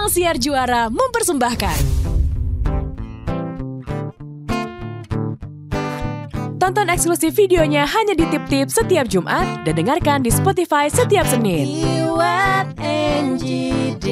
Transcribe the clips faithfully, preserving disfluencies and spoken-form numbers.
Ruang Siar Juara mempersembahkan. Tonton eksklusif videonya hanya di Tip Tip setiap Jumat dan dengarkan di Spotify setiap Senin. Iwat N G D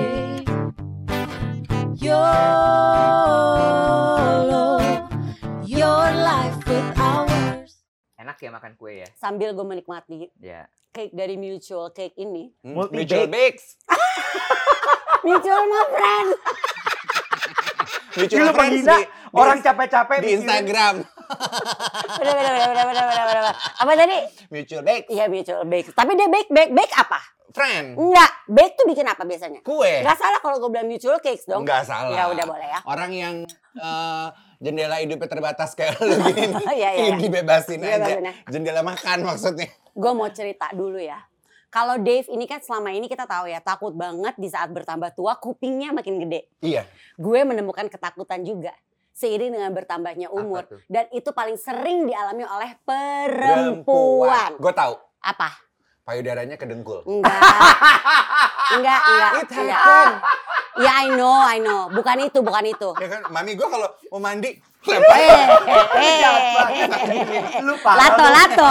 YOLO Your life with ours. Enak ya makan kue ya? Sambil gue menikmati Ya. cake dari Mutual Cake ini. Hmm, Multi Mutual Bakes. Mutual my friend. Mutual Lu Friends penggina di- orang di- capek-capek di mikirin. Instagram. Bener, bener, bener, bener, bener, bener, bener. Apa tadi? Mutual Bakes. Iya Mutual Bake. Tapi dia bake, bake, bake apa? Friend. Enggak, bake tuh bikin apa biasanya? Kue. Enggak salah kalau gue bilang Mutual Cakes dong. Enggak salah. Ya udah boleh ya. Orang yang eh, jendela hidupnya terbatas kayak lu gini. Iya, iya, iya. Dibebasin Iya, aja. bener. Jendela makan maksudnya. Gue mau cerita dulu ya. Kalau Dave ini kan selama ini kita tahu ya takut banget di saat bertambah tua kupingnya makin gede. Iya. Gue menemukan ketakutan juga seiring dengan bertambahnya umur. Apa tuh? Dan itu paling sering dialami oleh perempuan. Gue tahu. Apa? Payudaranya kedengkul. Enggak. Enggak, enggak. It enggak. happened. Ya I know, I know. Bukan itu, bukan itu. Ya kan, mami gue kalau mau mandi, Eh, lempar. eh, Jahat eh. banget. Lu paham. Lato, lato.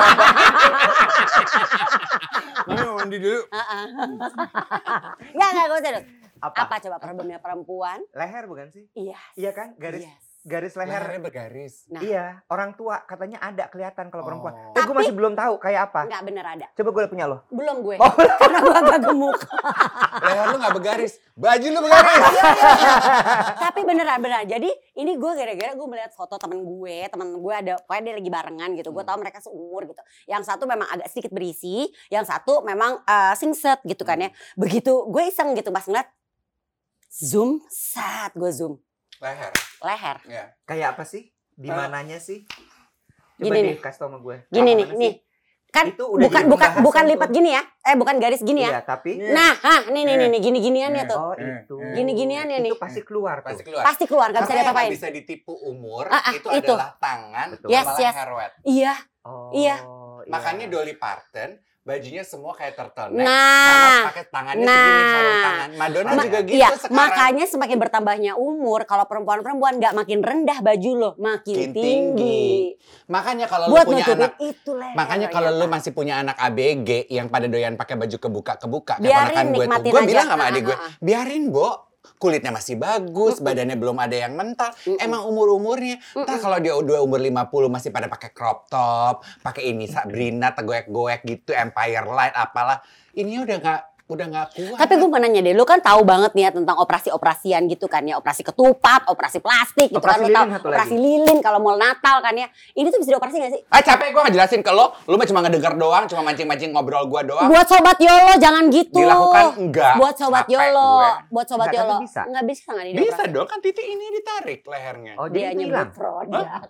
Mami mau mandi dulu. Enggak, enggak, gue serius. Apa? Apa coba problemnya perempuan? Leher bukan sih? Iya. Iya kan? Garis Yes. garis leher. Lehernya bergaris. Nah, Iya, orang tua katanya ada kelihatan kalau perempuan. Oh. Tapi gue masih belum tahu kayak apa. enggak bener ada. Coba gue punya lo. Belum gue. Oh. Karena gue agak gemuk. Leher lu gak bergaris. Baju lu bergaris. Tapi beneran beneran. Jadi ini gue gara-gara gue melihat foto temen gue, temen gue ada, pokoknya dia lagi barengan gitu. Gue tahu mereka seumur gitu. Yang satu memang agak sedikit berisi, yang satu memang uh, singset gitu kan ya. Begitu gue iseng gitu pas ngeliat zoom, saat gue zoom Leher. leher. Ya. Kayak apa sih? Di Eh. mananya sih? Gini Coba nih. deh kasih tau sama gue. Gini Apa nih, sih? nih. Kan Itu udah bukan jadi bukan pembahasan bukan tuh. lipat gini ya. Eh bukan garis gini Iya, ya. tapi Nah, hah, nih nih nih, nih gini-giniannya tuh. oh Eh, itu. eh. Gini-giniannya nih. Itu pasti keluar Pasti tuh. keluar. Pasti keluar, gak bisa Tapi yang diapa-apain. nggak bisa ditipu umur, Ah, ah, itu, itu. adalah tangan Betul. Yes, sama yes. leher wet. Iya. Oh, Iya. Makanya Dolly Parton bajunya semua kayak turtleneck Nah. sama pakai tangannya Nah. segini sarung tangan. Madonna Ma- juga gitu iya, sekarang. makanya semakin bertambahnya umur, kalau perempuan-perempuan nggak makin rendah baju lo, makin Makin tinggi. tinggi. Makanya kalau lu Buat punya nutupin anak itu leher. Makanya kalau lu ternyata. masih punya anak A B G yang pada doyan pakai baju kebuka-kebuka, Biarin, keponakan gue tuh, nikmatin gue aja. bilang sama Ah, adik gue, ah, ah. biarin Bo, kulitnya masih bagus, badannya belum ada yang mental. Emang umur-umurnya. Ntar kalau dia udah umur lima puluh masih pada pakai crop top, pakai ini Sabrina, tegoek-goek gitu, Empire Light, apalah. Ini udah nggak udah nggak kuat. Tapi gue mau nanya deh, lu kan tahu banget nih ya tentang operasi-operasian gitu kan ya, operasi ketupat, operasi plastik gitu Operasi kan, lu tahu lilin satu operasi lagi. lilin kalau mau Natal kan ya. Ini tuh bisa dioperasi gak sih? Ah capek gue ngejelasin ke lo, lo mah cuma ngedenger doang, cuma mancing-mancing ngobrol gue doang. Buat sobat YOLO jangan gitu. Dilakukan enggak. Buat sobat Capek YOLO, gue. buat sobat Enggak, tapi YOLO. bisa. Nggak bisa nggak nih Bisa dioperasi? dong, kan titik ini ditarik lehernya. Oh, Dia jadi itu hilang. nyebut produk.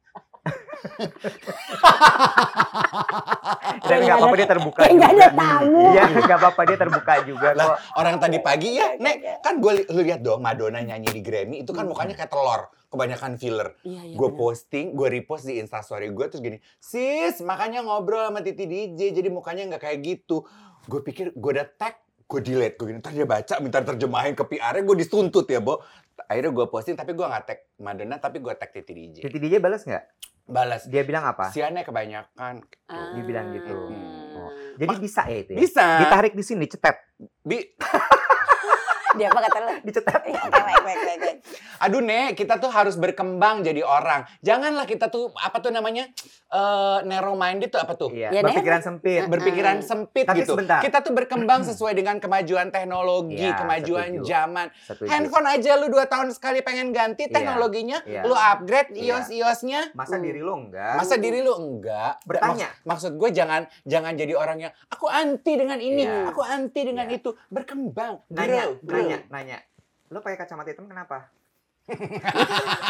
Dan nggak apa-apa dia terbuka Kayak juga. nggak ada tamu. Iya, nggak apa-apa dia terbuka juga Lah kok. orang tadi pagi ya, Nek, kan gue lu lihat dong Madonna nyanyi di Grammy itu kan mukanya kayak telur, kebanyakan filler. Iya, iya, Gue benar. posting, gue repost di Instastory gue terus gini, sis makanya ngobrol sama Titi D J jadi mukanya nggak kayak gitu. Gue pikir gue udah tag, gue delete, gue gini, ntar dia baca minta terjemahin ke P R-nya, gue dituntut ya, Bo. Akhirnya gue posting tapi gue nggak tag Madonna tapi gue tag Titi D J. Titi D J balas nggak? Balas. Dia bilang apa? Siannya kebanyakan. Ah. Dia bilang gitu. Hmm. Oh. Jadi bisa ya itu ya? Bisa. Ditarik di sini, dicetet. Bi, Dia apa kata lu? Dicetet. Iya, oke, baik, baik, baik, baik. aduh Nek, kita tuh harus berkembang jadi orang. Janganlah kita tuh apa tuh namanya eh narrow minded tuh apa tuh? Iya, Ya, berpikiran Ner. sempit. Berpikiran sempit Tapi gitu. sebentar. Kita tuh berkembang sesuai dengan kemajuan teknologi, Iya, kemajuan setuju. zaman. Setuju. Handphone aja lu dua tahun sekali pengen ganti Iya, teknologinya, iya. lu upgrade Iya. iOS-iOS-nya. Masa diri lo enggak? Masa diri lu enggak? Bertanya. Maks- maksud gue jangan jangan jadi orang yang aku anti dengan ini, Iya. aku anti dengan Iya. itu. Berkembang, Nanya, grow, grow. nanya, nanya. Lo pakai kacamata hitam kenapa?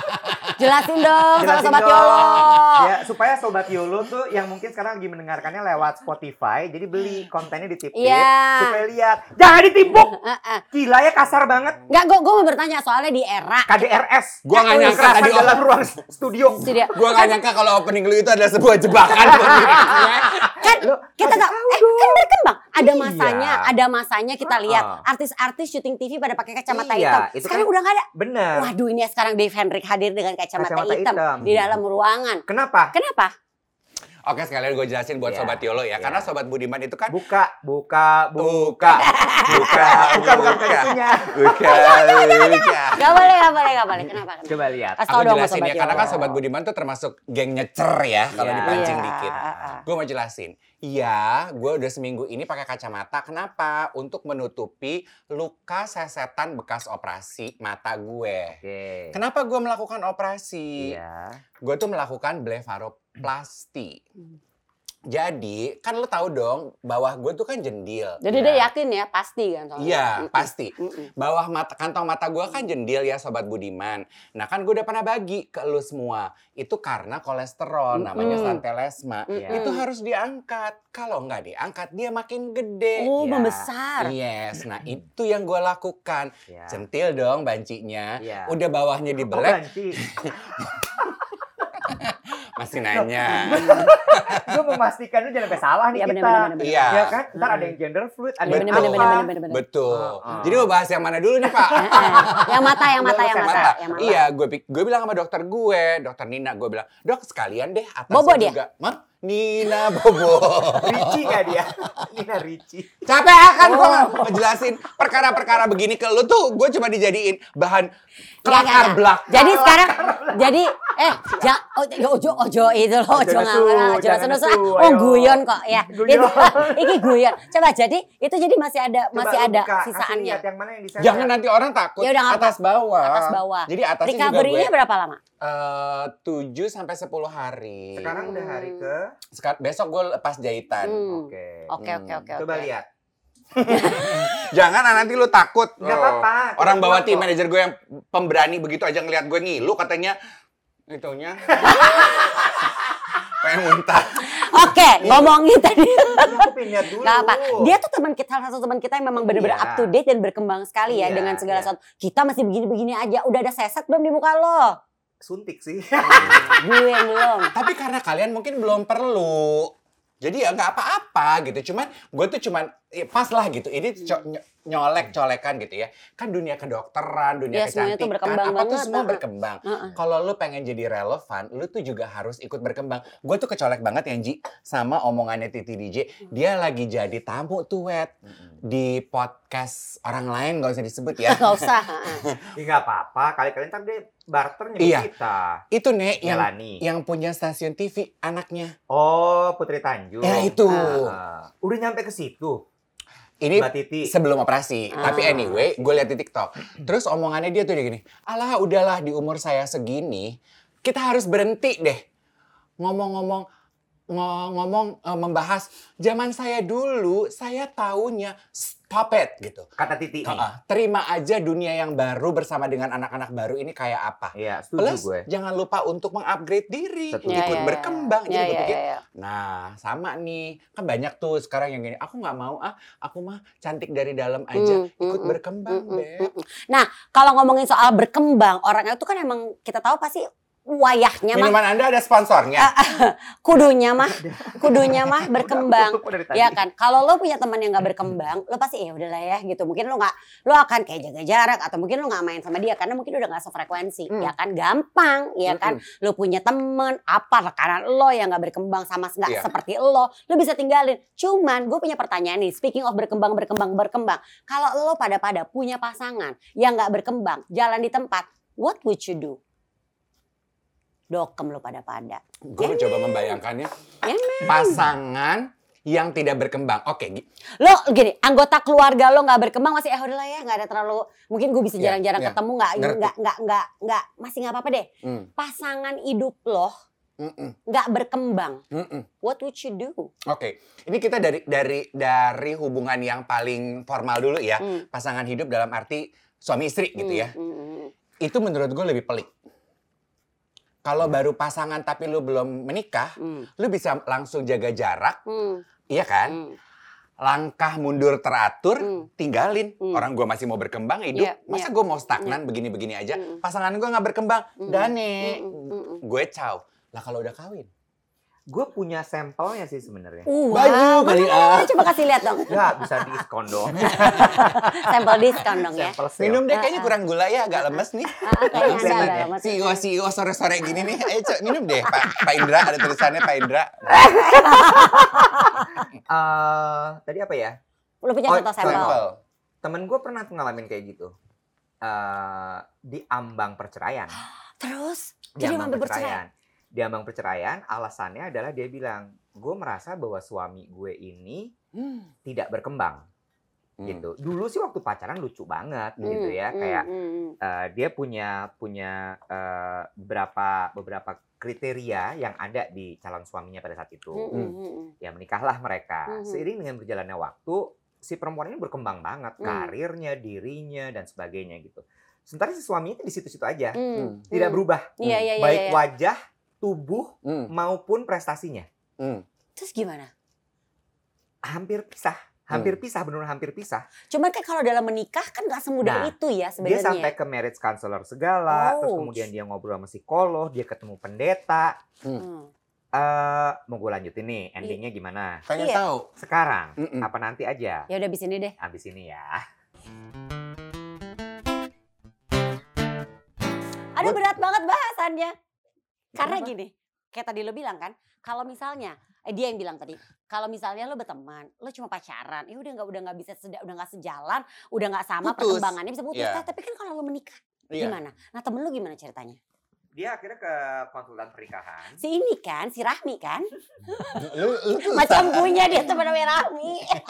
Jelasin dong sama Jelasin Sobat dong. Yolo. Ya, supaya Sobat Yolo tuh yang mungkin sekarang lagi mendengarkannya lewat Spotify, jadi beli kontennya di Tip-Tip Iya. supaya lihat. Jangan ditimpuk. Heeh. Gila ya, kasar banget. Enggak, gue gue mau bertanya soalnya di era K D R S. Gua nggak nyangka Kekerasan tadi dalam ruang studio. studio. Gue gak nyangka kalau opening lu itu adalah sebuah jebakan. Kan Lo kita kasih tahu tahu eh dong. kan berkembang. Ada Iya. masanya, ada masanya kita lihat Ah. artis-artis syuting T V pada pakai kacamata Iya, hitam. itu Sekarang kan- udah nggak ada. Bener. Waduh, ini sekarang Dave Hendrik hadir dengan kacamata, Kacamata hitam, hitam. di dalam ruangan. Kenapa? Kenapa? Oke, sekalian gue jelasin buat Iya, Sobat Yolo ya. iya. Karena Sobat Budiman itu kan Buka, buka, buka. Buka, Buka, buka, buka itunya. Buka, buka. Gak boleh, gak boleh, gak boleh. Kenapa? Kenapa? Coba lihat. Kasih Aku tau dong sama jelasin Sobat ya, karena kan Yolo. Sobat Budiman tuh termasuk geng nyecer ya kalau Iya. dipancing Iya. dikit. Gue mau jelasin. Iya, gue udah seminggu ini pakai kacamata. Kenapa? Untuk menutupi luka sesetan bekas operasi mata gue. Oke. Kenapa gue melakukan operasi? Iya. Gue tuh melakukan blefaroplasty. Jadi, kan lo tahu dong, bawah gue tuh kan jendil. Jadi Iya. dia yakin ya, pasti kan. soalnya. Iya, Mm-mm. pasti. Mm-mm. Bawah mata, kantong mata gue kan jendil ya Sobat Budiman. Nah kan gue udah pernah bagi ke lu semua. Itu karena kolesterol, namanya Mm-mm. santelesma. Mm-mm. Itu harus diangkat. Kalau nggak diangkat, dia makin gede. Oh, Iya. membesar. Yes, nah itu yang gue lakukan. Iya. Centil dong bancinya. Iya. Udah bawahnya Oh, dibelek, banci. masih nanya. Gue memastikan lu jangan sampai salah nih Iya, kita. benar-benar. benar. Iya. Ya kan? Ntar ada yang gender fluid, ada Bener, yang bener, apa. bener, bener, bener, bener. Betul. Uh-uh. Jadi mau bahas yang mana dulu nih Pak? Eh, eh. Yang mata, yang mata, yang Yang mata, Mata. yang mata. Iya, gue gue bilang sama dokter gue, dokter Nina, gue bilang, dok sekalian deh atasnya Bobo dia? juga. Mah? Nina Bobo. Ricci gak dia? Nina Ricci. Capek kan gue Oh. ngejelasin perkara-perkara begini ke lu tuh, gue cuma dijadiin bahan Nggak, nggak, kelakar nggak. belak. Jadi sekarang, jadi eh, ja, oh, ojo, ojo itu loh, ojo Ojo nesu, nggak, ojo jangan nesu, nesu, oh ayo. guyon kok ya, Guyon. itu, ini guyon. Coba jadi itu jadi masih ada, Coba masih lu ada buka, kasih sisaannya. lihat yang mana yang disensor. Jangan nanti orang takut. Ya udah, nggak apa. Atas bawah. Atas bawah. Jadi atasnya juga gue Recovery-nya berapa lama? eh, tujuh sampai sepuluh hari. Sekarang udah hari ke... Sekarang besok gue lepas jahitan. Hmm. Oke. Oke, oke, oke. Coba oke. lihat. Jangan ah, nanti lu takut. Nggak Oh. apa-apa, Orang kita bawa buat tim kok. manajer gue yang pemberani begitu aja ngeliat gue ngilu katanya itunya. Pengen muntah. Oke, ngomongin tadi. Aku pengen lihat dulu. Gak apa. Dia tuh teman kita, salah satu teman kita yang memang benar-benar Iya. up to date dan berkembang sekali ya Iya, dengan segala iya. sesuatu. Kita masih begini-begini aja. Udah ada seset belum di muka lo? Suntik sih. Gue yang belum. Tapi karena kalian mungkin belum perlu. Jadi ya nggak apa-apa gitu. Cuman gue tuh cuman ya pas lah gitu. Ini co- ny- nyolek-colekan gitu ya. Kan dunia kedokteran, dunia Ya, semuanya tuh kecantikan, berkembang apa tuh banget. semua Heeh. berkembang. Heeh. Kalau lu pengen jadi relevan, lu tuh juga harus ikut berkembang. Gue tuh kecolek banget ya Ji sama omongannya Titi D J. Dia lagi jadi tamu tuh Wet di podcast orang lain, gak usah disebut ya. Gak usah. Ya nggak apa-apa. Kali-kali ntar dia barter nyebut Iya. kita. Itu Nek yang Melani. yang punya stasiun T V anaknya. Oh, Putri Tanjung. Ya itu. Ah. Udah nyampe ke situ. Ini Mbak Titi. sebelum operasi. Ah. Tapi anyway, gue lihat di TikTok. Terus omongannya dia tuh dia gini, alah udahlah di umur saya segini, kita harus berhenti deh. Ngomong-ngomong, ngo- ngomong eh, membahas zaman saya dulu, saya taunya stop it gitu. Kata Titi nih. Ah, terima aja dunia yang baru bersama dengan anak-anak baru ini kayak apa. Iya, setuju Plus gue. jangan lupa untuk mengupgrade diri, Setuju. Ya, ikut ya, ya. berkembang. Jadi Ya, gue ya, pikir, ya, ya. nah sama nih, kan banyak tuh sekarang yang gini, aku nggak mau ah, aku mah cantik dari dalam aja, Hmm, ikut hmm, berkembang, Mm, mm, Beb. mm, mm. Nah, kalau ngomongin soal berkembang, orang itu kan emang kita tahu pasti wayahnya mah, Minuman Anda ada sponsornya? kudunya mah, kudunya mah berkembang. Aku dari tadi. Ya kan, kalau lo punya teman yang nggak berkembang, lo pasti ya udahlah ya gitu. Mungkin lo nggak, lo akan kayak jaga jarak atau mungkin lo nggak main sama dia karena mungkin udah nggak sefrekuensi. Hmm. Ya kan, gampang, ya kan. Lo punya temen apa rekanan lo yang nggak berkembang sama nggak Iya. seperti lo, lo bisa tinggalin. Cuman gue punya pertanyaan nih, speaking of berkembang, berkembang, berkembang. Kalau lo pada-pada punya pasangan yang nggak berkembang, jalan di tempat, what would you do? Dokem lo pada-pada. Gue mencoba membayangkannya, Ya, men. pasangan yang tidak berkembang. Oke, gi- Lo gini, anggota keluarga lo nggak berkembang masih eh udahlah ya nggak ada terlalu, mungkin gue bisa Iya, jarang-jarang iya. ketemu nggak Ngerti. nggak nggak nggak nggak masih nggak apa-apa deh. mm, Pasangan hidup lo mm-mm, nggak berkembang, mm-mm. what would you do? Oke, ini kita dari dari dari hubungan yang paling formal dulu ya, Hmm. pasangan hidup dalam arti suami istri gitu ya. Hmm, hmm, hmm. Itu menurut gue lebih pelik. Kalau baru pasangan tapi lu belum menikah, Hmm. lu bisa langsung jaga jarak, Hmm. iya kan? Hmm. Langkah mundur teratur, Hmm. tinggalin. Hmm. Orang gue masih mau berkembang hidup, Iya, masa iya. gue mau stagnan begini-begini aja? Hmm. Pasangan gue nggak berkembang, Hmm. Dane, Hmm, hmm, hmm. gue caw. Lah kalau udah kawin, Gue punya sampelnya sih sebenarnya. Uh, Baju wow. kali, Mana, ah. mana, coba kasih lihat dong. Ya bisa diskon dong. Sampel diskon dong ya. Sampel sale. minum deh kayaknya Ah, ah. kurang gula ya, agak lemes nih. Ah, ah, kayaknya ada Kelihatan ada. ya? Mas. C E O C E O sore-sore gini nih, ayo Cok, minum deh Pak, Pak Indra, ada tulisannya Pak Indra. Eh, tadi apa ya? Lu punya Oh, contoh sampel? Sampel. Temen gue pernah tuh ngalamin kayak gitu. Eh, di ambang perceraian. Terus Di jadi ambang mampu bercerai. perceraian. Di ambang perceraian, alasannya adalah dia bilang, gue merasa bahwa suami gue ini Hmm. tidak berkembang. Hmm. Gitu. Dulu sih waktu pacaran lucu banget Hmm, gitu ya, hmm, kayak hmm, hmm. eh, dia punya punya eh, beberapa beberapa kriteria yang ada di calon suaminya pada saat itu. Hmm, hmm, hmm. Ya menikahlah mereka. Mhm. Seiring dengan berjalannya waktu, si perempuan ini berkembang banget, Hmm. karirnya, dirinya dan sebagainya gitu. Sementara si suaminya itu di situ-situ aja, Hmm, tidak hmm. berubah, Iya, iya, iya. baik iya. wajah, tubuh Hmm. maupun prestasinya. Hmm. Terus gimana? Hampir pisah, hampir pisah, benar hampir pisah. Cuman kan kalau dalam menikah kan nggak semudah Nah, itu ya Dia sebenarnya. sampai ke marriage counselor segala, terus Ouch. kemudian dia ngobrol sama psikolog, dia ketemu pendeta. Hmm. Eh, mau gue lanjutin nih, endingnya gimana? Pengen Iya. tahu? Sekarang, Mm-mm. apa nanti aja? Ya udah abis ini deh. Abis ini ya. Aduh berat banget bahasannya. Karena Kenapa? gini, kayak tadi lo bilang kan, kalau misalnya eh dia yang bilang tadi, kalau misalnya lo berteman, lo cuma pacaran, ya udah nggak udah nggak bisa seda- udah nggak sejalan, udah nggak sama Putus. perkembangannya bisa putus. Iya. Nah, tapi kan kalau lo menikah Iya. gimana? Nah temen lo gimana ceritanya? Dia akhirnya ke konsultan pernikahan. Si ini kan, si Rahmi kan, Lu, lu tuh macam punya dia tuh namanya Rahmi.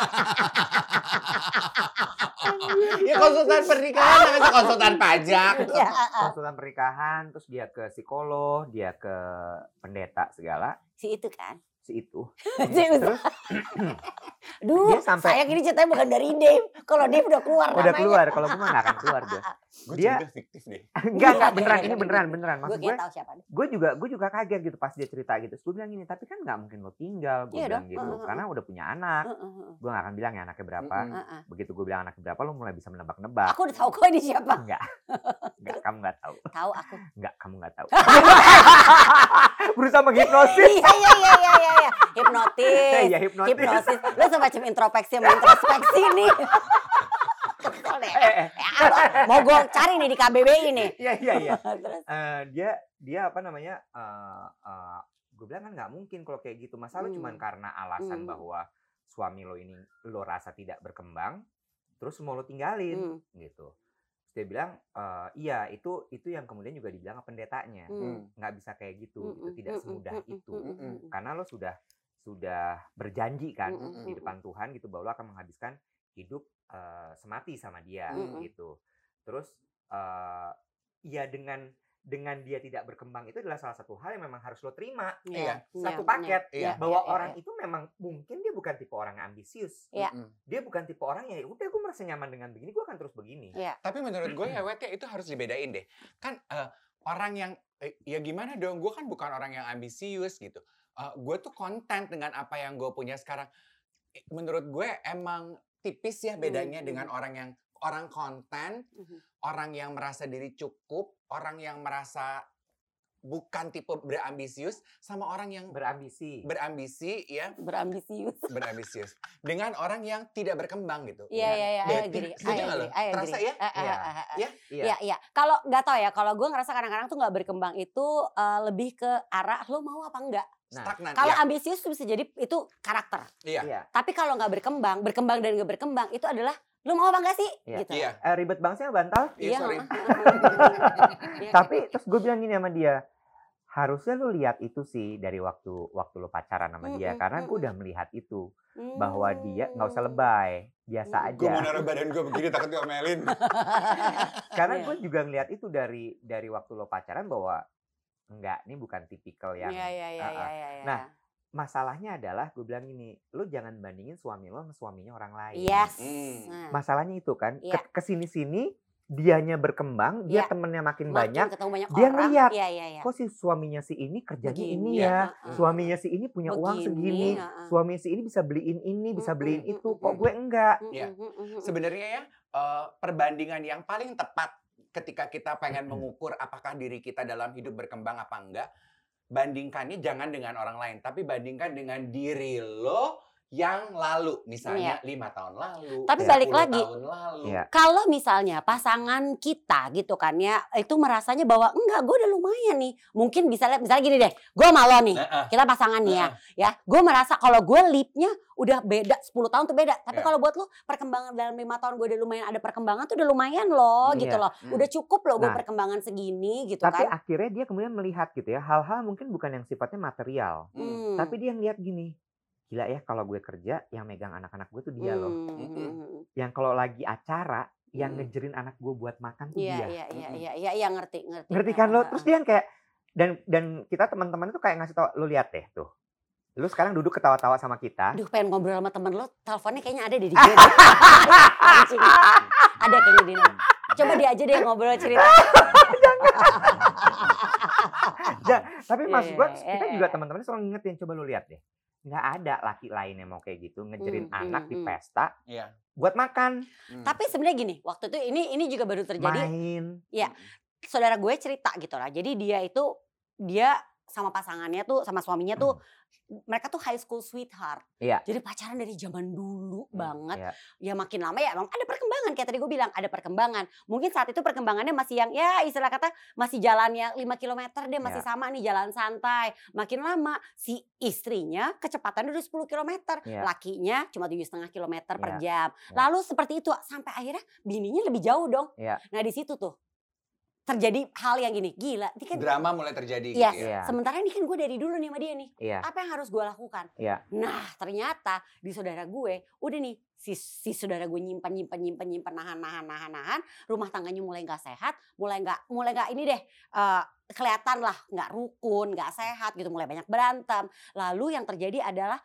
ya konsultan pernikahan, namanya konsultan pajak. Ya, Konsultan pernikahan, terus dia ke psikolog, dia ke pendeta segala, si itu kan. si itu. Si Terus Duh, dia sampai- sayang ini ceritanya bukan dari Dave. Kalau Dave udah keluar udah namanya. keluar, kalau gue mah gak akan keluar gue. Gue Dia- curiga fiktif deh. Enggak, enggak beneran, ini beneran, beneran. Gue Maksud gue, kayak tahu siapa deh. gue juga gue juga kaget gitu pas dia cerita gitu. Terus gue bilang gini, tapi kan nggak mungkin lo tinggal, gue Iya bilang dong, gitu. heeh, Karena udah punya anak. Heeh, heeh, Gue gak akan bilang ya anaknya berapa. Mm-mm. heeh. Begitu gue bilang anaknya berapa, lo mulai bisa menebak-nebak. Aku udah tahu kok ini siapa. Enggak, enggak, kamu nggak tahu. Tahu aku. Enggak, kamu nggak tahu. Berusaha menghipnosis. Iya iya iya iya iya. iya. Hipnotis. Iya, hipnotis. Hipnosis. Lu semacam introspeksi sama introspeksi nih. Kesel deh. Eh, eh. Ya, apa? Mau gue cari nih di K B B I nih. Iya, iya, iya. Terus. Eh, dia dia apa namanya? eh eh, gue bilang kan nggak mungkin kalau kayak gitu. Masa lo Hmm. cuman karena alasan Hmm. bahwa suami lo ini lo rasa tidak berkembang, terus mau lo tinggalin, Hmm. gitu. Terus dia bilang, "Eh, iya itu itu yang kemudian juga dibilang sama pendetanya, Hmm. nggak bisa kayak gitu, Hmm, gitu. hmm, Tidak hmm, semudah hmm, hmm, itu, hmm, hmm, hmm. karena lo sudah sudah berjanji kan Hmm, hmm, di hmm, depan Tuhan gitu bahwa lo akan menghabiskan hidup eh, semati sama dia, Hmm. gitu. Terus eh, ya dengan dengan dia tidak berkembang itu adalah salah satu hal yang memang harus lo terima. Iya, Satu iya, paket iya, bahwa iya, orang iya. itu memang mungkin dia bukan tipe orang yang ambisius. Iya. Mm-mm. Dia bukan tipe orang yang udah gue merasa nyaman dengan begini, gue akan terus begini. Iya. Tapi menurut gue ya Wet ya itu harus dibedain deh. Kan eh, orang yang eh, ya gimana dong? Gue kan bukan orang yang ambisius gitu. Eh, gue tuh content dengan apa yang gue punya sekarang. Eh, Menurut gue emang tipis ya bedanya Hmm, dengan orang yang orang konten, Mhm. orang yang merasa diri cukup, orang yang merasa bukan tipe berambisius, sama orang yang Berambisi. berambisi ya, Berambisius. berambisius dengan orang yang tidak berkembang gitu. Iya iya iya. I Berarti- agree. setuju I nggak lo? agree, I agree. Terasa ya? Eh, eh, Iya. eh, eh, eh. Iya? Iya. Iya iya. Kalau nggak tahu ya, kalau gue ngerasa kadang-kadang tuh nggak berkembang itu eh, lebih ke arah lo mau apa enggak. Nah, Stagnan. Kalau Iya. ambisius tuh bisa jadi itu karakter. Iya. Iya. Tapi kalau nggak berkembang, berkembang dan nggak berkembang itu adalah lo mau apa enggak sih? Iya. Gitu. Iya. Eh, ribet banget sih bantal. Iya, sorry. Iya. Tapi terus gue bilang gini sama dia, harusnya lu lihat itu sih dari waktu waktu lu pacaran sama dia, Mm-mm, karena gue mm-mm. udah melihat itu bahwa dia nggak usah Hmm. lebay, biasa Mm. Gue mau aja. naruh badan gue begini takut diomelin. Karena Iya. gue juga ngeliat itu dari dari waktu lo pacaran bahwa enggak, ini bukan tipikal yang. Iya iya iya Ah, iya ah. iya. Nah, masalahnya adalah gue bilang gini, lu jangan bandingin suami lo sama suaminya orang lain. Yes. Hmm. Nah. Masalahnya itu kan, Iya. ke kesini-sini dianya berkembang, dia Iya. temennya makin, Makin banyak, ketemu banyak dia orang. ngeliat, Iya, iya, iya. kok si suaminya si ini kerjanya Begini, ini Iya. ya, heeh. suaminya si ini punya uang Begini, segini, heeh. suami si ini bisa beliin ini, bisa Mm, beliin mm, itu, mm, kok mm. gue enggak? Iya. Mm, mm, mm, mm. Sebenarnya ya eh, perbandingan yang paling tepat ketika kita pengen mengukur apakah diri kita dalam hidup berkembang apa enggak, bandingkannya jangan dengan orang lain, tapi bandingkan dengan diri lo yang lalu, misalnya lima tahun lalu, Tapi Iya. balik sepuluh lagi, tahun lalu. Iya. kalau misalnya pasangan kita gitu kan ya, itu merasanya bahwa enggak, gue udah lumayan nih. Mungkin bisa lihat, misalnya gini deh, gue sama lo nih, Nah, kita pasangan nih ya, Heeh. ya. Gue merasa kalau gue leap-nya udah beda, sepuluh tahun tuh beda. Tapi Iya. kalau buat lo perkembangan dalam lima tahun gue udah lumayan ada perkembangan tuh udah lumayan loh Hmm, gitu iya. loh. Hmm. Udah cukup loh gue Nah, perkembangan segini gitu Tapi kan. akhirnya dia kemudian melihat gitu ya, hal-hal mungkin bukan yang sifatnya material. Hmm. Hmm. Tapi dia ngeliat gini, gila ya kalau gue kerja, yang megang anak-anak gue tuh dia loh. Hmm, Mm-mm. hmm, hmm. Yang kalau lagi acara, yang Hmm. ngejerin anak gue buat makan tuh Iya, dia. iya, iya, Mm-mm. iya, iya, iya, ngerti, ngerti. Ngerti kan lo? Heeh, Terus heeh. dia yang kayak, dan dan kita teman-teman itu kayak ngasih tau, lo lihat deh tuh. Lu sekarang duduk ketawa-tawa sama kita. Aduh, pengen ngobrol sama temen lo, teleponnya kayaknya ada deh di gue. deh. Anjing. Ada kayaknya di nomor. Coba dia aja deh ngobrol cerita. Ja, tapi Iya, maksud iya, gue, iya, kita iya, juga iya. teman-teman selalu ngingetin, coba lu lihat deh. Nggak ada laki lain yang mau kayak gitu, ngejerin Hmm, anak hmm, di hmm. pesta Iya. buat makan, Hmm. Tapi sebenarnya gini, waktu itu ini ini juga baru terjadi. main. Ya, saudara gue cerita gitu lah. Jadi dia itu dia sama pasangannya tuh, sama suaminya tuh, mereka tuh high school sweetheart. Iya. Jadi pacaran dari zaman dulu banget. Iya. Ya makin lama ya emang ada perkembangan, kayak tadi gue bilang ada perkembangan. Mungkin saat itu perkembangannya masih yang ya istilah kata masih jalannya lima kilometer, dia masih Iya. sama nih jalan santai. Makin lama si istrinya kecepatannya udah sepuluh kilometer, Iya. lakinya cuma tujuh setengah kilometer per Iya. jam. Iya. Lalu seperti itu sampai akhirnya bininya lebih jauh dong. Iya. Nah di situ tuh terjadi hal yang gini, gila. Ini kan, Drama mulai terjadi Yes. gitu ya. Iya. sementara ini kan gue dari dulu nih sama dia nih. Iya. Apa yang harus gue lakukan? Iya. Nah ternyata di saudara gue udah nih si, si saudara gue nyimpan nyimpan nyimpan nyimpan nahan nahan nahan nahan, rumah tangganya mulai nggak sehat, mulai nggak mulai nggak ini deh eh, kelihatan lah nggak rukun, nggak sehat gitu, mulai banyak berantem. Lalu yang terjadi adalah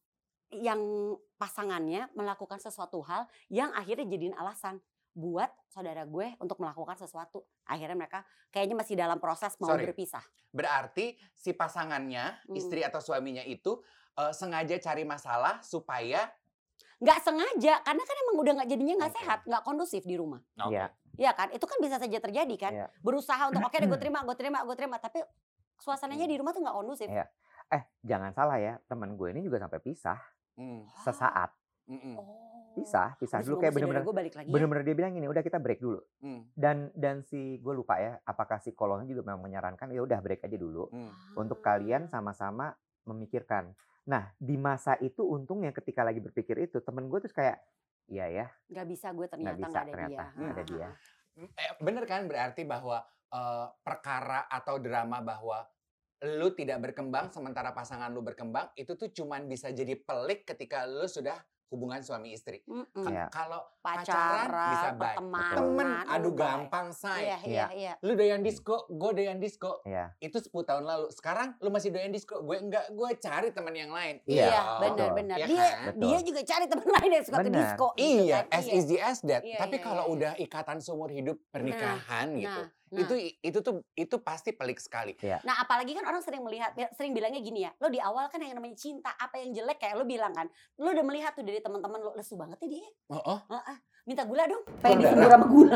yang pasangannya melakukan sesuatu hal yang akhirnya jadiin alasan buat saudara gue untuk melakukan sesuatu. Akhirnya mereka kayaknya masih dalam proses mau Sorry. berpisah. Berarti si pasangannya, Hmm. istri atau suaminya itu eh, sengaja cari masalah supaya Nggak sengaja, karena kan emang udah nggak jadinya nggak Oke. sehat, nggak kondusif di rumah. Iya. Iya kan, itu kan bisa saja terjadi kan. Iya. Berusaha untuk oke deh gue terima, gue terima, gue terima, tapi suasananya di rumah tuh nggak kondusif. Iya. Eh, jangan salah ya, teman gue ini juga sampai pisah Hmm, sesaat. mm-mm, Oh. Pisah, pisah Terus dulu ngomong kayak saudara bener-bener gue balik lagi ya. bener-bener dia bilang gini, udah kita break dulu. mm, Dan dan si gue lupa ya, apakah psikolognya juga memang menyarankan ya udah break aja dulu mm. untuk kalian sama-sama memikirkan. Nah, di masa itu untungnya ketika lagi berpikir itu, temen gue terus kayak, iya ya, Nggak bisa gue nggak ternyata bisa nggak ada ternyata dia. nggak ada dia. Eh, bener kan berarti bahwa eh, perkara atau drama bahwa lu tidak berkembang sementara pasangan lu berkembang itu tuh cuman bisa jadi pelik ketika lu sudah hubungan suami istri. Mm-mm. Iya. Kalau Pacaran, pacaran bisa baik. pertemanan, Temen, udah aduh baik. gampang say. Iya, iya, iya. Lu doyan disco, gue doyan disco. Iya. Itu sepuluh tahun lalu. Sekarang lu masih doyan disco, gue enggak, gue cari teman yang lain. Iya, Iya, Oh, benar, betul. benar. Iya Dia kan? Betul. dia juga cari teman lain yang suka ke Benar. disco. gitu Iya, kan. as Iya. easy as that. Iya, Tapi iya, kalau iya, udah ikatan seumur hidup pernikahan gitu, Nah, nah. itu itu tuh itu pasti pelik sekali. Nah apalagi kan orang sering melihat, sering bilangnya gini ya, lo di awal kan yang namanya cinta, apa yang jelek kayak lo bilang kan, lo udah melihat tuh dari teman-teman lo, lesu banget ya dia, Oh, oh, Heeh. minta gula dong, Kurang pengen darah. disembur sama gula,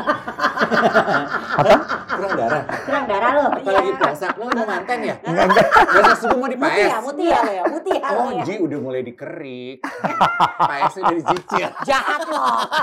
kurang darah. kurang darah lo, Apalagi iya. puasa, lo mau mantan ya? Biasa subuh mau Mutia, dipaes. mutia lo ya, mutia lo Oh, ya, Ji udah mulai dikerik. Paesnya udah dicicil. jahat lo.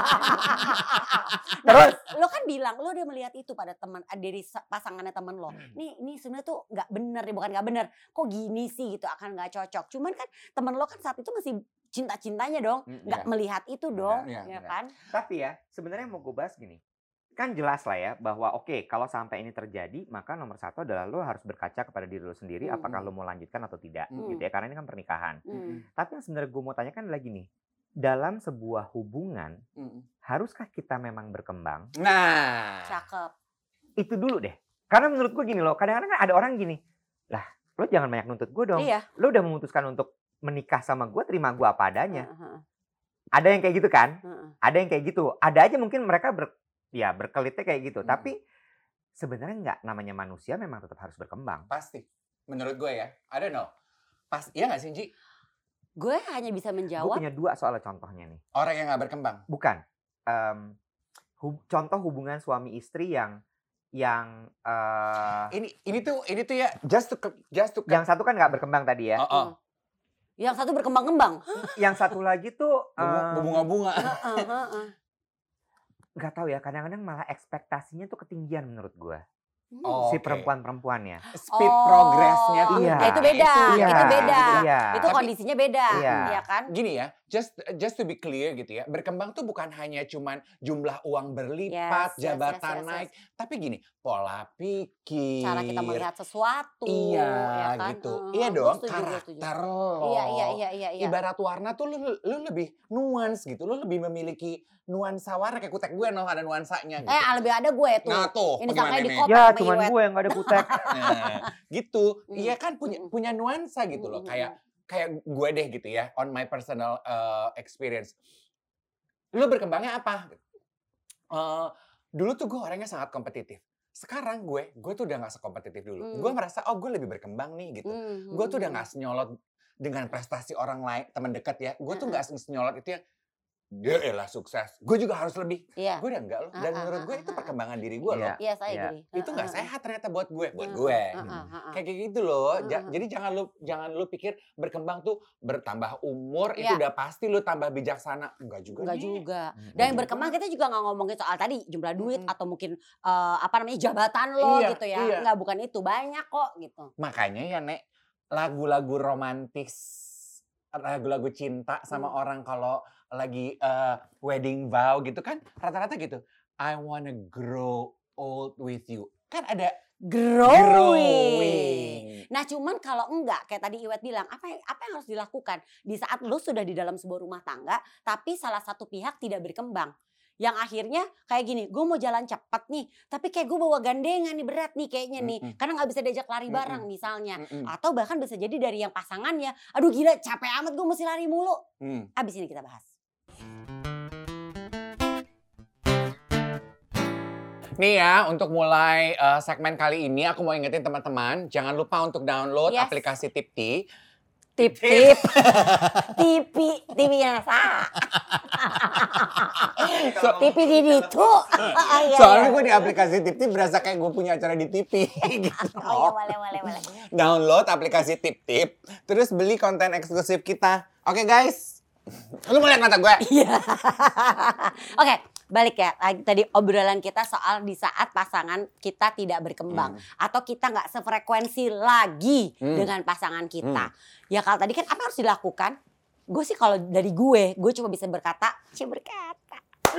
Terus lo kan bilang lo udah melihat itu pada teman dari sa- pasangannya teman lo. Nih ini sebenarnya tuh nggak bener nih, bukan nggak bener. Kok gini sih gitu, akan nggak cocok. Cuman kan teman lo kan saat itu masih cinta-cintanya dong, Mm, nggak iya. melihat itu dong, Iya, ya benar. kan? Tapi ya, sebenarnya mau gue bahas gini. Kan jelas lah ya bahwa oke, kalau sampai ini terjadi, maka nomor satu adalah lo harus berkaca kepada diri lo sendiri Hmm. apakah lo mau lanjutkan atau tidak Hmm. gitu ya. Karena ini kan pernikahan. Hmm. Tapi yang sebenarnya gue mau tanyakan adalah gini. Dalam sebuah hubungan, Mm. haruskah kita memang berkembang? Nah, Cakep. Itu dulu deh. Karena menurut gue gini loh, kadang-kadang kan ada orang gini, lah lo jangan banyak nuntut gue dong. Iya. Lo udah memutuskan untuk menikah sama gue, terima gue apa adanya. Heeh, Ada yang kayak gitu kan? heeh. Ada yang kayak gitu. Ada aja mungkin mereka ber, ya berkelitnya kayak gitu. Hmm. Tapi sebenarnya nggak, namanya manusia memang tetap harus berkembang. Pasti. Menurut gue ya, I don't know. Pas, iya nggak sih, Ji? Gue hanya bisa Gue menjawab. punya dua soal contohnya nih. Orang yang nggak berkembang. Bukan. Em, hub- contoh hubungan suami istri yang yang eh, Ini ini tuh ini tuh ya just to just to yang satu kan nggak berkembang tadi ya. Oh, oh. Yang satu berkembang-kembang. Yang satu lagi tuh em, Berbunga-bunga. Heeh, heeh. nggak tahu ya. Kadang-kadang malah ekspektasinya tuh ketinggian menurut gue. Oh, Si oke. perempuan-perempuannya. Speed Oh. progressnya tuh. Iya. Nah, itu beda, Iya, itu beda. iya. Itu Tapi- kondisinya beda, Iya. ya kan? Gini ya, just just to be clear gitu ya, berkembang tuh bukan hanya cuman jumlah uang berlipat, Yes, yes, jabatan yes, yes, naik, tapi gini, pola pikir. Cara kita melihat sesuatu, Iya, ya kan? gitu. Heeh, Iya gue dong, setuju, gue setuju. karakter lo. Iya, iya, iya, iya, iya. Ibarat warna tuh lu, lu lebih nuans gitu, lu lebih memiliki nuansa warna kayak kutek gue noh ada nuansanya gitu. Eh, lebih ada gue tuh. Nah tuh, Ini bagaimana sampai di nih? kotak Ya sama cuman Iwet. gue yang nggak ada kutek. Nah, gitu. Mm. Iya kan punya Mm. punya nuansa gitu loh. Mm, mm, Kayak kayak gue deh gitu ya, on my personal uh, experience. Lu berkembangnya apa? Uh, dulu tuh gue orangnya sangat kompetitif. Sekarang gue, gue tuh udah gak sekompetitif dulu. Mm. Gue merasa, oh gue lebih berkembang nih gitu. Hmm, Gue tuh udah hmm, gak senyolot dengan prestasi orang lain, teman dekat ya. Gue tuh Mm-mm. gak senyolot itu yang, dia elah sukses. Gue juga harus lebih. Iya. Gue udah enggak loh. Dan Ah, ah, menurut ah, gue ah, itu ah. perkembangan diri gue loh. Iya. Iya, saya Iya. agree. Itu nggak Heeh, sehat ternyata buat gue, buat heeh, gue. heeh, heeh. Kayak kayak gitu loh. Ja- Heeh. Jadi jangan lu jangan lu pikir berkembang tuh bertambah umur itu Iya. udah pasti lu tambah bijaksana. Enggak juga. Enggak nih. juga. Mm, Dan yang juga. berkembang kita juga nggak ngomongin soal tadi jumlah duit Mm-mm. atau mungkin eh, apa namanya jabatan lo Iya, gitu ya. iya. Enggak, bukan itu, banyak kok gitu. Makanya ya Nek, lagu-lagu romantis, lagu-lagu cinta sama Hmm. orang kalau lagi eh, wedding vow gitu kan rata-rata gitu. I wanna grow old with you. Kan ada Growing. growing. Nah, cuman kalau enggak kayak tadi Iwet bilang, apa yang, apa yang harus dilakukan di saat lo sudah di dalam sebuah rumah tangga tapi salah satu pihak tidak berkembang. Yang akhirnya kayak gini, gue mau jalan cepat nih, tapi kayak gue bawa gandengan nih, berat nih kayaknya nih, Mm-mm. karena nggak bisa diajak lari Mm-mm. bareng misalnya. Mm-mm. Atau bahkan bisa jadi dari yang pasangannya, aduh gila capek amat gue mesti lari mulu. Hmm. Abis ini kita bahas. Nih ya, untuk mulai eh, segmen kali ini aku mau ingetin teman-teman, jangan lupa untuk download Yes. aplikasi Tipti. Tip-tip, tipi, tipi yang sah. Tipi di itu. Soalnya gue di aplikasi Tipti berasa kayak gue punya acara di T V gitu. Oh iya, boleh, boleh, boleh. Download aplikasi Tip-Tip, terus beli konten eksklusif kita. Oke guys, lu mau lihat mata gue? Iya. Oke, balik ya. Lagi tadi obrolan kita soal di saat pasangan kita tidak berkembang atau kita nggak sefrekuensi lagi Hmm. dengan pasangan kita. Ya kalau tadi kan apa yang harus dilakukan? Gue sih kalau dari gue, gue cuma bisa berkata, cuma berkata.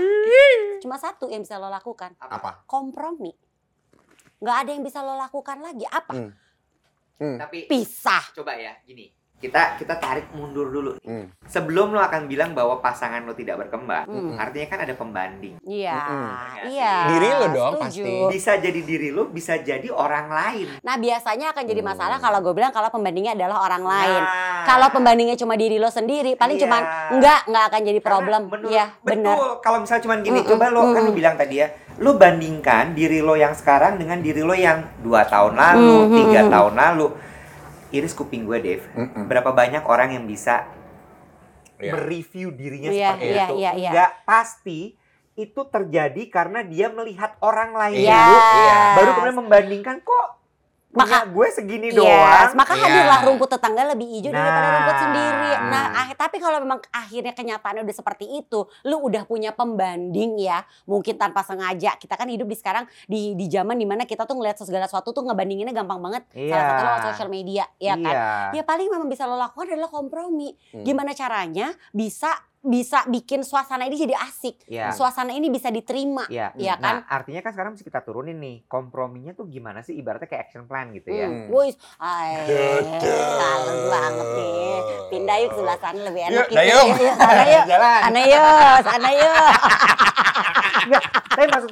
Cuma satu yang bisa lo lakukan, Apa? kompromi. Nggak ada yang bisa lo lakukan lagi. Apa? Hmm. Hmm. Tapi Pisah. coba ya gini. Kita kita tarik mundur dulu. Hmm. Sebelum lo akan bilang bahwa pasangan lo tidak berkembang, Hmm. artinya kan ada pembanding. Iya, Mm-mm. iya. Diri lo dong, setuju. pasti. Bisa jadi diri lo, bisa jadi orang lain. Nah biasanya akan jadi masalah Hmm. kalau gue bilang kalau pembandingnya adalah orang lain. Nah, Kalau pembandingnya cuma diri lo sendiri, paling Iya. cuman enggak, enggak akan jadi karena problem. menurut- Iya, benar. Betul. Kalau misalnya cuman gini, Mm-mm, coba lo kan lo mm-mm. bilang tadi ya, lo bandingkan diri lo yang sekarang dengan diri lo yang dua tahun lalu, Mm-mm, tiga mm-mm. tahun lalu. Iris kuping gue, Dave. Mm-mm. Berapa banyak orang yang bisa Iya. mereview dirinya Iya, seperti iya, itu? iya, iya. Nggak pasti itu terjadi karena dia melihat orang lain Iya, dulu, iya. baru kemudian membandingkan kok punya Maka- gue segini Yes, doang. maka Iya. hadirlah rumput tetangga lebih hijau daripada Nah. rumput sendiri. Nah, ah- tapi kalau memang akhirnya kenyataannya udah seperti itu, lu udah punya pembanding ya, mungkin tanpa sengaja. Kita kan hidup di sekarang di di zaman dimana kita tuh ngelihat segala sesuatu tuh ngebandinginnya gampang banget. Iya. Salah satu lewat social media, ya kan? Iya. Ya paling memang bisa lo lakukan adalah kompromi. Hmm. Gimana caranya bisa bisa bikin suasana ini jadi asik. Iya. Suasana ini bisa diterima. Iya, Iya kan? Nah, artinya kan sekarang mesti kita turunin nih. Komprominya tuh gimana sih? Ibaratnya kayak action plan gitu ya. Hmm. Wih, ay, halus banget nih. Pindah yuk sebelah sana lebih enak. Yuk, gitu. dah yuk. Yuk, sana yuk. Jalan. Sana yuk, sana yuk. Enggak, tapi maksud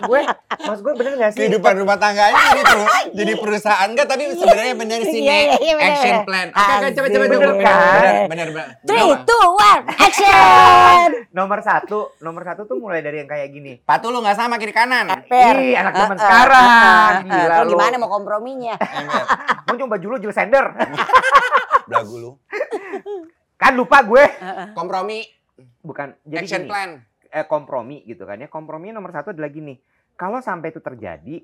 gue, maksud gue bener gak sih? Kehidupan rumah tangganya jadi, peru- jadi perusahaan enggak, tapi sebenarnya bener sih Iya, nih iya, iya, bener. action plan. Oke, oke, coba coba Bener coba. kan? Bener, bener, bener. Three, Coba. two, one, action! Nomor satu, nomor satu tuh mulai dari yang kayak gini. Patu lu nggak sama kiri kanan. Fair. Ih, anak zaman Uh, uh, sekarang. uh, uh, uh. Gila Lu lu. gimana mau komprominya? Ember. Mau coba dulu Jules Sender. Belagu lu. Kan lupa gue. Kompromi, Bukan, jadi action gini. plan. Eh, kompromi gitu kan ya. Kompromi nomor satu adalah gini. Kalau sampai itu terjadi,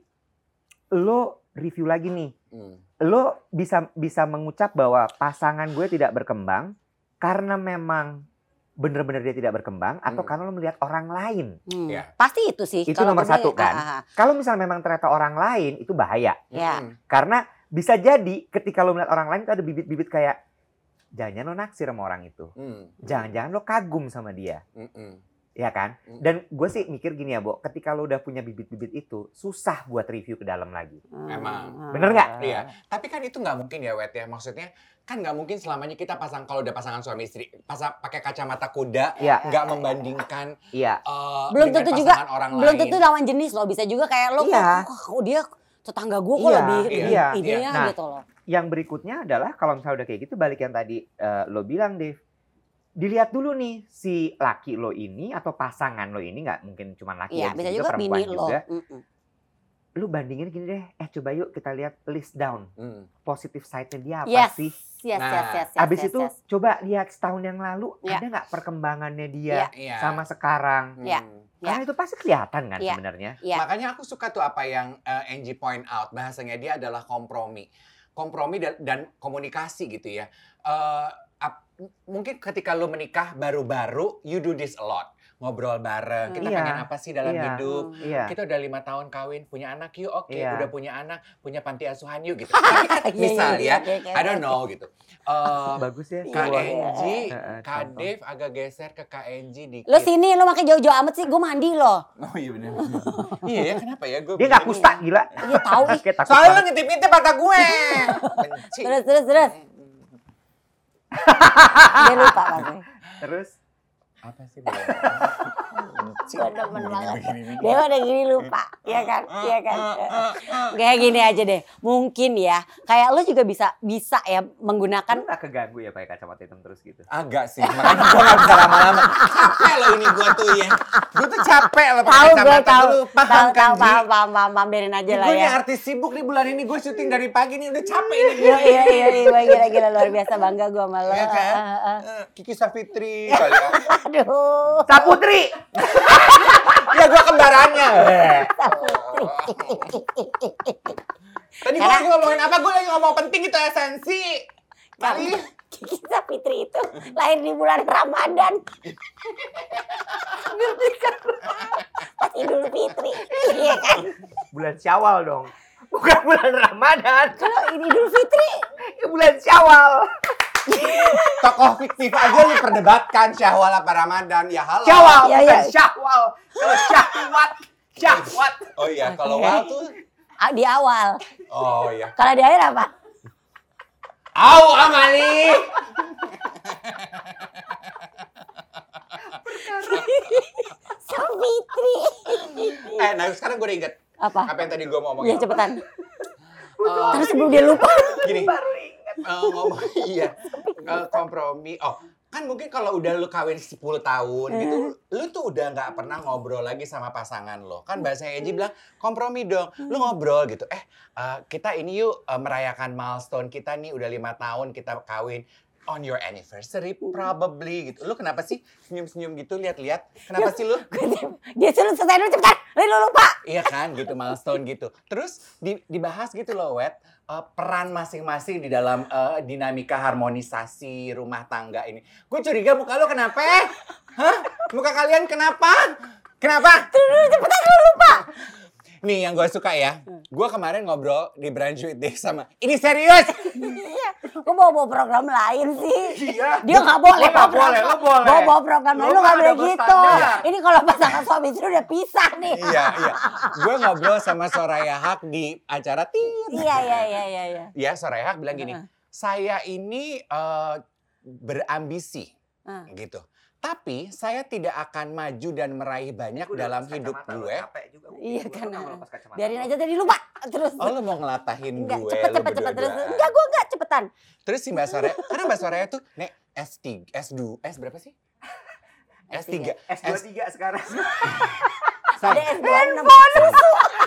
lo review lagi nih. Hmm. Lo bisa bisa mengucap bahwa pasangan gue tidak berkembang karena memang bener-bener dia tidak berkembang atau Hmm. karena lo melihat orang lain. Hmm. Iya. Pasti itu sih. Itu Kalau nomor gue satu bilang, kan. ah, ah, ah. Kalau misalnya memang ternyata orang lain itu bahaya. Ya. Hmm. Karena bisa jadi ketika lo melihat orang lain itu ada bibit-bibit kayak jangan-jangan lo naksir sama orang itu. Hmm. Jangan-jangan lo kagum sama dia. Hmm. Hmm. Ya kan? Hmm. Dan gue sih mikir gini ya, Bo. Ketika lo udah punya bibit-bibit itu, susah buat review ke dalam lagi. Emang. Bener nggak? Iya. Tapi kan itu nggak mungkin ya, Wet ya. Maksudnya kan nggak mungkin selamanya kita pasang, kalau udah pasangan suami istri, pasang pakai kacamata kuda, Iya. nggak membandingkan Iya. eh, Belum dengan tentu juga- pasangan orang Belum lain. tentu lawan jenis loh. Bisa juga kayak lo, Iya. kok, kok dia tetangga gue kok Iya, lebih iya, lebih iya. idenya Nah, gitu loh. Yang berikutnya adalah kalau misalnya udah kayak gitu, balik yang tadi eh, lo bilang, Dave. Dilihat dulu nih si laki lo ini atau pasangan lo ini, nggak mungkin cuma laki Iya, ya, bisa juga juga perempuan bini lo. juga. Mm-mm. Lu bandingin gini deh, eh coba yuk kita lihat list down Hmm. positif side-nya dia apa Yes. sih? Yes, Nah, yes, yes, yes. Abis yes, itu yes. coba lihat setahun yang lalu Iya. ada nggak perkembangannya dia Iya. Iya. sama sekarang? Hmm. Iya. Karena itu pasti kelihatan kan Iya. sebenarnya. Iya. Makanya aku suka tuh apa yang uh, Angie point out, bahasanya dia adalah kompromi. Kompromi dan, dan komunikasi gitu ya. Uh, ap- mungkin ketika lo menikah baru-baru, you do this a lot. Ngobrol bareng, kita Iya. pengen apa sih dalam Iya. hidup. Iya. Kita udah lima tahun kawin, punya anak yuk, oke. Iya. Udah punya anak, punya panti asuhan yuk gitu. Tapi kan Iya, misal iya, ya, iya, iya, I don't know gitu. Uh, Bagus ya. Kak Iya, sebuah- iya. Angie, Heeh, Kak contoh. Dave agak geser ke Kak Angie dikit. Lo sini, lo makin jauh-jauh amat sih. Gue mandi loh. Oh iya benar. Iya ya, kenapa ya? Gua Dia nggak begini. kusta gila. Iya tahu ih. Kayak takut Soalnya lo banget. ngintip-ngintip mata gue. Benci. Terus, terus, terus. Dia lupa pasti. Terus Apa sih? Bel? Benci. Gue demen banget. Begini nih. Dia udah gini lupa, iya kan, iya kan. Kayak gini aja deh, mungkin ya, kayak lo juga bisa bisa ya menggunakan. lu nggak keganggu ya pakai kacamata hitam terus gitu? Agak sih, makanya gue gak bisa lama-lama. Capek loh ini gue tuh ya. Gue tuh capek loh pakai Tahu gue kacamata tahu, tuh. Paham tahu, kan, tahu, Ji? paham, paham, paham, paham, biarin aja lah Gue ya. nih artis sibuk nih bulan ini. Gue syuting dari pagi nih udah capek ini. Iya, iya, iya, iya, gila-gila luar biasa, bangga gue sama lo. Iya kan? Ah, ah, ah. Eh, Kiki Safitri kali ya. Aduh. Saputri. Ya gue kembarannya. Tadi gue lagi ngomongin apa? Gue lagi ngomong penting itu esensi. Kali. Kita Fitri itu lahir di bulan Ramadan. Pas Idul Fitri. Iya kan? Bulan Syawal dong. Bukan bulan Ramadan. Kalau ini Idul Fitri. Ya bulan Syawal. Tokoh fiktif aja lu perdebatkan Syawal apa Ramadan. Ya halo. Syawal Iya, bukan iya. Syahwal. Kalau Syahwat. Syahwat. Oh iya, kalau Oke. wal tuh. Ah, di awal. Oh iya. Kalau di akhir apa? Au Amali. Savitri. Eh, nah sekarang gue udah inget. Apa? Apa yang tadi gue mau Iya ngomongin. cepetan. Eh, Terus sebelum dia lupa. gini. Eh, ngomong iya. Eh, kompromi. Oh, kan mungkin kalau udah lu kawin sepuluh tahun gitu, lu tuh udah nggak pernah ngobrol lagi sama pasangan lo. Kan bahasanya Eji bilang, kompromi dong. Lu ngobrol gitu. Eh, eh, kita ini yuk eh, merayakan milestone kita nih udah lima tahun kita kawin. On your anniversary probably gitu. Lu kenapa sih senyum-senyum gitu lihat-lihat? Kenapa sih lu? Dia suruh selesai dulu cepetan. Lu lupa. Iya kan, gitu milestone gitu. Terus di- dibahas gitu loh, Wet, eh, peran masing-masing di dalam eh, dinamika harmonisasi rumah tangga ini. Gue curiga muka lo kenapa? Hah? Muka kalian kenapa? Kenapa? Cepetan lu lupa. Nih yang gue suka ya, gue kemarin ngobrol di Brunch with Dave sama, ini serius! Iya. Gue bawa bawa program lain sih. Iya. Dia nggak boleh Gua nggak program. boleh, lo boleh. Bawa bawa program lain, Lo lu nggak kan boleh ada gitu. berstandar. Ini kalau pasangan suami istri udah pisah nih. Iya, iya. Gue ngobrol sama Soraya Haq di acara Tir. Iya, iya, iya, iya, iya. Ya, Soraya Haq bilang gini, Heeh. saya ini eh, berambisi. Ah. Gitu. Tapi saya tidak akan maju dan meraih banyak Gue udah dalam lepas hidup kacamata, lo gue. capek juga. Iya, Gue karena- nggak mau lepas kacamata Biarin lo. aja tadi lupa. Terus. Oh lo mau ngelatahin Enggak, gue, cepet lo cepet cepet terus. berdua-duaan. Enggak, gue enggak cepetan. Terus si Mbak Soraya, karena Mbak Soraya tuh, Nek, S tiga, S dua, S berapa sih? S tiga. S dua tiga sekarang. Ada S dua enam. Susu.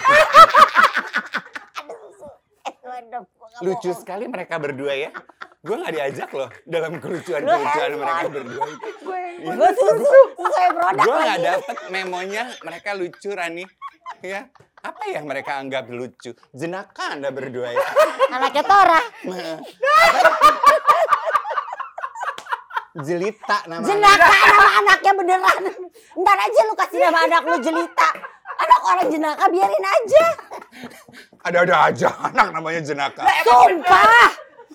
Ada susu. S dua enam. Gua nggak Lucu bohong. sekali mereka berdua ya. Gue gak diajak loh dalam Lu kelucuan-kelucuan handphone. mereka berdua itu. Gue susu. Susu yang produk Gue gak lagi. dapet memonya mereka lucu Rani. Ya, apa yang mereka anggap lucu? Jenaka Anda berdua ya. Anaknya Tora. Jelita namanya. Jenaka nama anaknya beneran. Ntar aja lu kasih nama anak lu Jelita. Anak orang jenaka biarin aja. Ada-ada aja anak namanya Jenaka. Sumpah.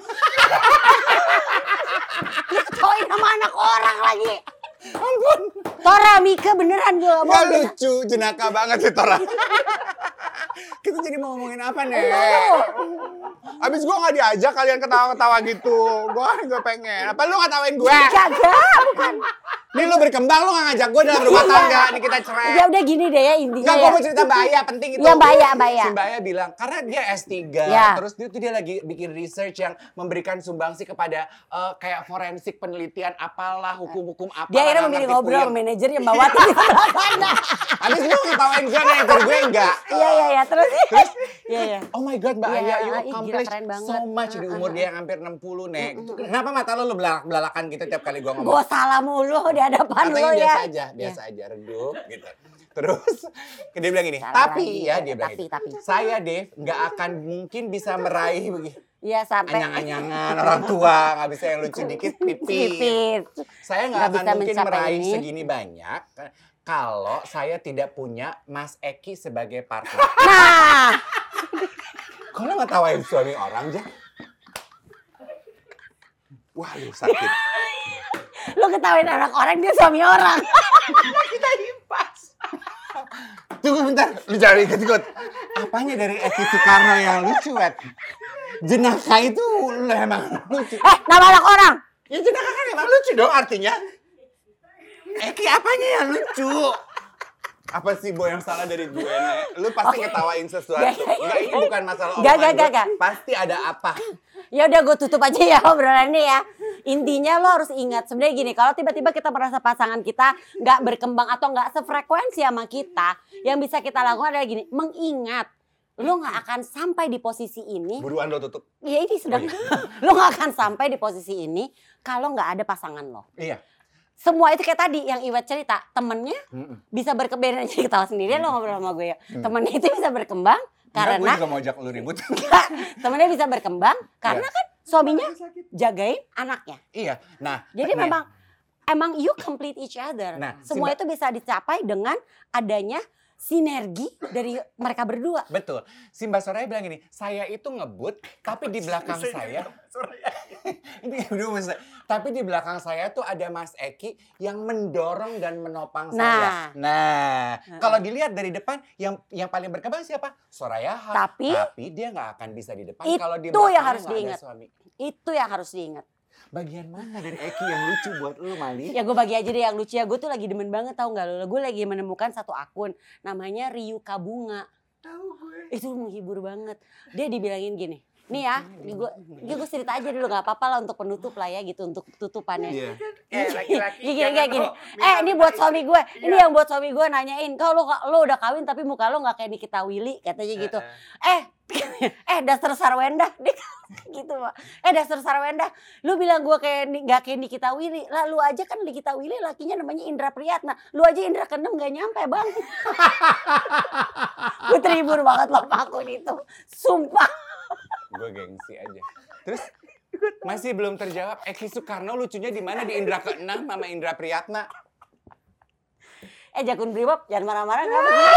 Lu ketawain nama anak orang lagi. Ampun. Tora Mika beneran gue gak Gak mau. lucu, jenaka banget sih Tora. Kita jadi mau ngomongin apa nih? Abis gue gak diajak kalian ketawa-ketawa gitu. Gue gak pengen. Apa lu ngetawain gue? Kagak, bukan. Nih lu berkembang, lu gak ngajak gue dalam rumah tangga. Nih kita cerai. Ya udah gini deh ya intinya Enggak, gue ya. mau cerita Mbak Aya, penting itu. Ya, Mbak Aya, Mbak Aya. Si Mbak Aya bilang, karena dia S tiga, Ya. terus dia tuh dia lagi bikin research yang memberikan sumbangsi kepada eh, kayak forensik penelitian apalah, hukum-hukum apalah. Dia akhirnya nggak memilih ngerti ngobrol puyeng. sama manajer yang bawa di sebelah sana. Habis lu ngetawain gue nih, dari gue enggak. Iya iya iya terus. Terus, Iya iya. oh my God Mbak Iya, Aya, you ih, gila, accomplished keren banget. so much di umur dia yang hampir enam puluh, Nek. Itu Kenapa mata lu lu belalak-belalakan gitu tiap kali gue ngomong? Gue salah mulu di hadapan Katanya lo ya. biasa aja, biasa aja, redup gitu. Terus dia bilang gini, Salah tapi lagi. ya dia bilang Tapi, gini, tapi. saya Dave nggak akan mungkin bisa meraih begini. Iya sampai. Anyang-anyangan orang tua, nggak bisa yang lucu dikit pipis. Pipis. Saya nggak Nggak akan bisa mungkin mencapai meraih ini. segini banyak kalau saya tidak punya Mas Eki sebagai partner. Nah, Kok lo ngetawain suami orang, Jack? Wah, lu sakit. lu ketawain anak orang dia suami orang. Kita himpas. Tunggu bentar, lu jangan ikut-ikut. Apanya dari Eki Soekarno yang lucu, Wet? Jenaka itu lu emang lucu. Eh, nama anak orang. Ya jenaka kan emang lucu dong artinya. Eki apanya yang lucu? Apa sih Bo yang salah dari gue, Nek? Lu pasti Oke. ketawain sesuatu. Gak, gak, Enggak, ini bukan masalah Gak, omongan gak, gue. gak, gak. Pasti ada apa. Ya udah gue tutup aja ya obrolannya ya. Intinya lo harus ingat sebenarnya gini, kalau tiba-tiba kita merasa pasangan kita nggak berkembang atau nggak sefrekuensi sama kita, yang bisa kita lakukan adalah gini, mengingat lo nggak akan sampai di posisi ini. Buruan lo tutup. Ya ini sudah, lo nggak akan sampai di posisi ini kalau nggak ada pasangan lo. Iya. Semua itu kayak tadi yang Iwet cerita, temennya Mm-mm. bisa berkembang aja ketawa sendirian lo ngobrol sama gue ya. Hmm. Temennya itu bisa berkembang Enggak, gue karena juga mau ajak lu ribut. temennya bisa berkembang karena Iya. kan suaminya jagain anaknya. Iya. Nah, Jadi nih, memang emang you complete each other. Nah, Semua si itu bisa dicapai dengan adanya sinergi dari mereka berdua. betul. Si Mbak Soraya bilang gini, saya itu ngebut, tapi di belakang saya, ini dulu Mas, tapi di belakang saya tuh ada Mas Eki yang mendorong dan menopang Nah. saya. Nah, kalau dilihat dari depan, yang yang paling berkembang siapa? Soraya. Tapi- tapi dia nggak akan bisa di depan Itu kalau di yang belakangnya harus nggak ada diingat. suami. Itu yang harus diingat. Bagian mana dari Eki yang lucu buat lu, Mali? Ya gue bagi aja deh yang lucu ya. Gue tuh lagi demen banget tau gak lo. Gue lagi menemukan satu akun. Namanya Ryuka Bunga. Tahu gue. Itu menghibur banget. Dia dibilangin gini. Nih ya, gue gue cerita aja dulu gak apa-apa lah untuk penutup lah ya gitu. Untuk tutupannya. Iya. Eh, laki-laki Gini, jangan gini, gini. lo minta Eh, ini buat minta suami gue. Ini Iya. yang buat suami gue nanyain. Kalau lo, lo udah kawin tapi muka lo gak kayak Nikita Willy. Katanya gitu. Eh, eh dasar Sarwenda. Dia gitu Pak. Eh dasar Sarwenda. Lu bilang gue kayak ni- gak kayak Nikita Willy. Lah lu aja kan Nikita Willy lakinya namanya Indra Priyatna. Lu aja Indra keenam gak nyampe bang. Gue terhibur banget loh sama akun itu. Sumpah. Gue gengsi aja. Terus masih belum terjawab. Eki Soekarno lucunya di mana? Di Indra keenam sama Indra Priyatna. Eh Jakun Brimob jangan marah-marah gak begitu.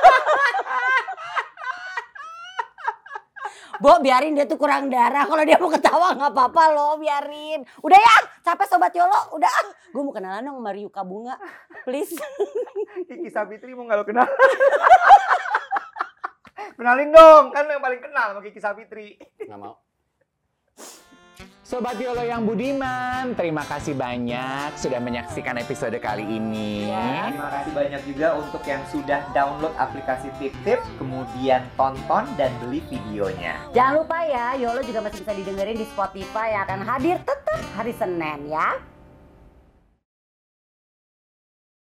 Bo biarin dia tuh kurang darah. Kalau dia mau ketawa gak apa-apa loh, biarin. Udah ya, capek Sobat Yolo. Udah, gue mau kenalan dong sama Ryuka Bunga. Please. Kiki Sabitri mau nggak lo kenal? Kenalin dong, kan lo yang paling kenal sama Kiki Sabitri. Nggak mau. Sobat Yolo yang budiman, terima kasih banyak sudah menyaksikan episode kali ini. Ya, terima kasih banyak juga untuk yang sudah download aplikasi Tip Tip, kemudian tonton dan beli videonya. Jangan lupa ya, Yolo juga masih bisa didengerin di Spotify yang akan hadir tetap hari Senin ya.